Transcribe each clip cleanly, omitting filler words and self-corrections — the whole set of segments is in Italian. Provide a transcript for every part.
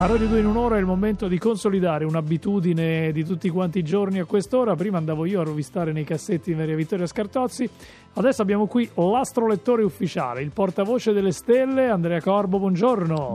A Radio 2 in un'ora è il momento di consolidare un'abitudine di tutti quanti i giorni a quest'ora. Prima andavo io a rovistare nei cassetti di Maria Vittoria Scartozzi. Adesso abbiamo qui l'astrolettore ufficiale, il portavoce delle stelle, Andrea Corbo, buongiorno.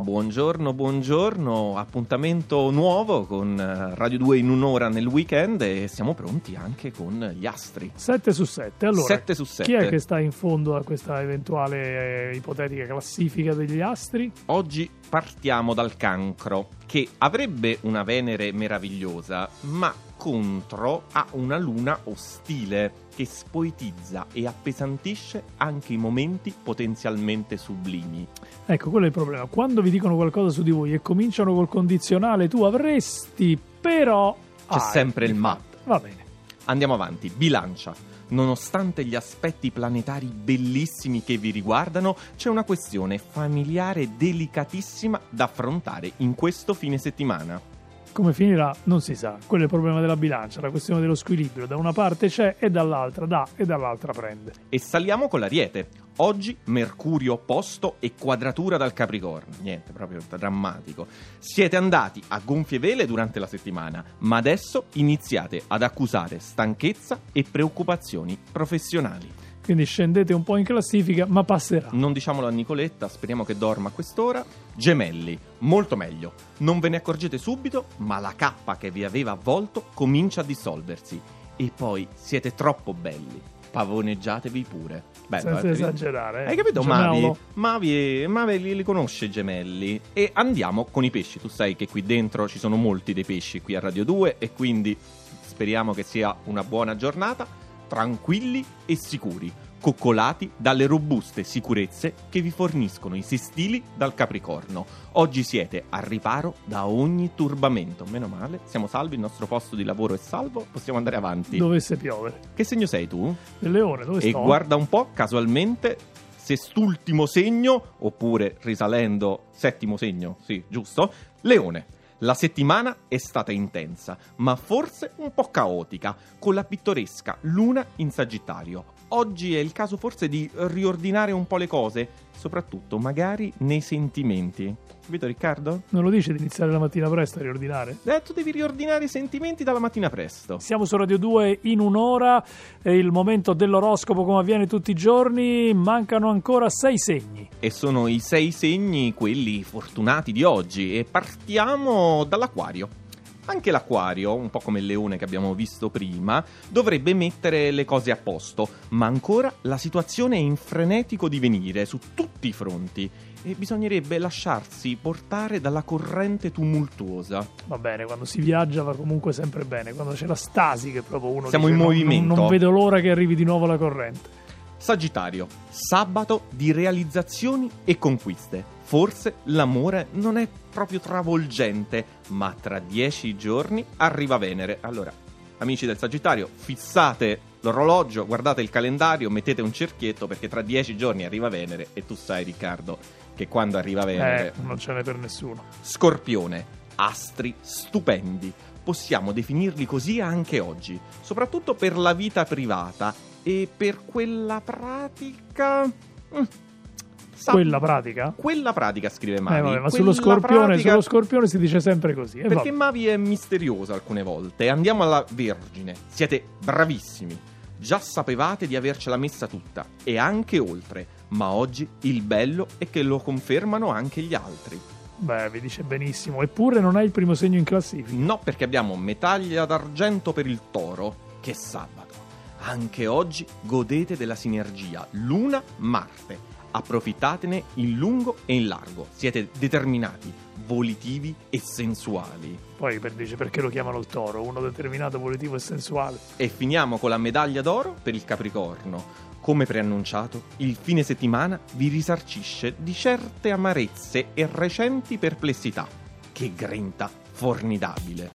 Buongiorno, appuntamento nuovo con Radio 2 in un'ora nel weekend e siamo pronti anche con gli astri. 7 su 7, allora 7 su 7. Chi è che sta in fondo a questa eventuale ipotetica classifica degli astri? Oggi partiamo dal Cancro, che avrebbe una Venere meravigliosa, ma contro ha una Luna ostile che spoetizza e appesantisce anche i momenti potenzialmente sublimi. Ecco, quello è il problema. Quando vi dicono qualcosa su di voi e cominciano col condizionale, tu avresti, però... C'è sempre il ma. Va bene. Andiamo avanti. Bilancia. Nonostante gli aspetti planetari bellissimi che vi riguardano, c'è una questione familiare delicatissima da affrontare in questo fine settimana. Come finirà non si sa, quello è il problema della bilancia, la questione dello squilibrio, da una parte c'è e dall'altra dà e dall'altra prende. E saliamo con l'Ariete. Oggi Mercurio opposto e quadratura dal Capricorno, niente, proprio drammatico. Siete andati a gonfie vele durante la settimana, ma adesso iniziate ad accusare stanchezza e preoccupazioni professionali. Quindi scendete un po' in classifica, ma passerà. Non diciamolo a Nicoletta, speriamo che dorma a quest'ora. Gemelli, molto meglio. Non ve ne accorgete subito, ma la cappa che vi aveva avvolto comincia a dissolversi. E poi siete troppo belli. Pavoneggiatevi pure. Bello, senza esagerare. Hai capito? Gemello. Mavi li conosce i gemelli. E andiamo con i pesci. Tu sai che qui dentro ci sono molti dei pesci qui a Radio 2 e quindi speriamo che sia una buona giornata. Tranquilli e sicuri, coccolati dalle robuste sicurezze che vi forniscono i sestili dal Capricorno. Oggi siete al riparo da ogni turbamento. Meno male, siamo salvi, il nostro posto di lavoro è salvo, possiamo andare avanti. Dovesse piovere. Che segno sei tu? Il Leone, dove sto? E guarda un po', casualmente, sest'ultimo segno, oppure risalendo, settimo segno, sì, giusto? Leone. La settimana è stata intensa, ma forse un po' caotica, con la pittoresca Luna in Sagittario. Oggi è il caso forse di riordinare un po' le cose, soprattutto magari nei sentimenti. Capito, Riccardo? Non lo dice di iniziare la mattina presto a riordinare? Tu devi riordinare i sentimenti dalla mattina presto. Siamo su Radio 2 in un'ora, è il momento dell'oroscopo come avviene tutti i giorni, mancano ancora 6 segni. E sono i 6 segni quelli fortunati di oggi e partiamo dall'Acquario. Anche l'Acquario, un po' come il Leone che abbiamo visto prima, dovrebbe mettere le cose a posto, ma ancora la situazione è in frenetico divenire su tutti i fronti e bisognerebbe lasciarsi portare dalla corrente tumultuosa. Va bene, quando si viaggia va comunque sempre bene, quando c'è la stasi che proprio uno siamo dice, in movimento. Non vedo l'ora che arrivi di nuovo la corrente. Sagittario, sabato di realizzazioni e conquiste. Forse l'amore non è proprio travolgente, ma tra 10 giorni arriva Venere. Allora, amici del Sagittario, fissate l'orologio, guardate il calendario, mettete un cerchietto perché tra 10 giorni arriva Venere e tu sai, Riccardo, che quando arriva Venere... non ce n'è per nessuno. Scorpione, astri stupendi. Possiamo definirli così anche oggi, soprattutto per la vita privata e per quella pratica... Quella pratica? Quella pratica, scrive Mavi. Ma sullo Scorpione si dice sempre così. Perché Mavi è misteriosa alcune volte. Andiamo alla Vergine. Siete bravissimi. Già sapevate di avercela messa tutta e anche oltre. Ma oggi il bello è che lo confermano anche gli altri. Beh, vi dice benissimo. Eppure non è il primo segno in classifica. No, perché abbiamo medaglia d'argento per il Toro, che è sabato. Anche oggi godete della sinergia Luna-Marte. Approfittatene in lungo e in largo. Siete determinati, volitivi e sensuali. Poi dice perché lo chiamano il Toro, uno determinato, volitivo e sensuale. E finiamo con la medaglia d'oro per il Capricorno. Come preannunciato, il fine settimana vi risarcisce di certe amarezze e recenti perplessità. Che grinta formidabile!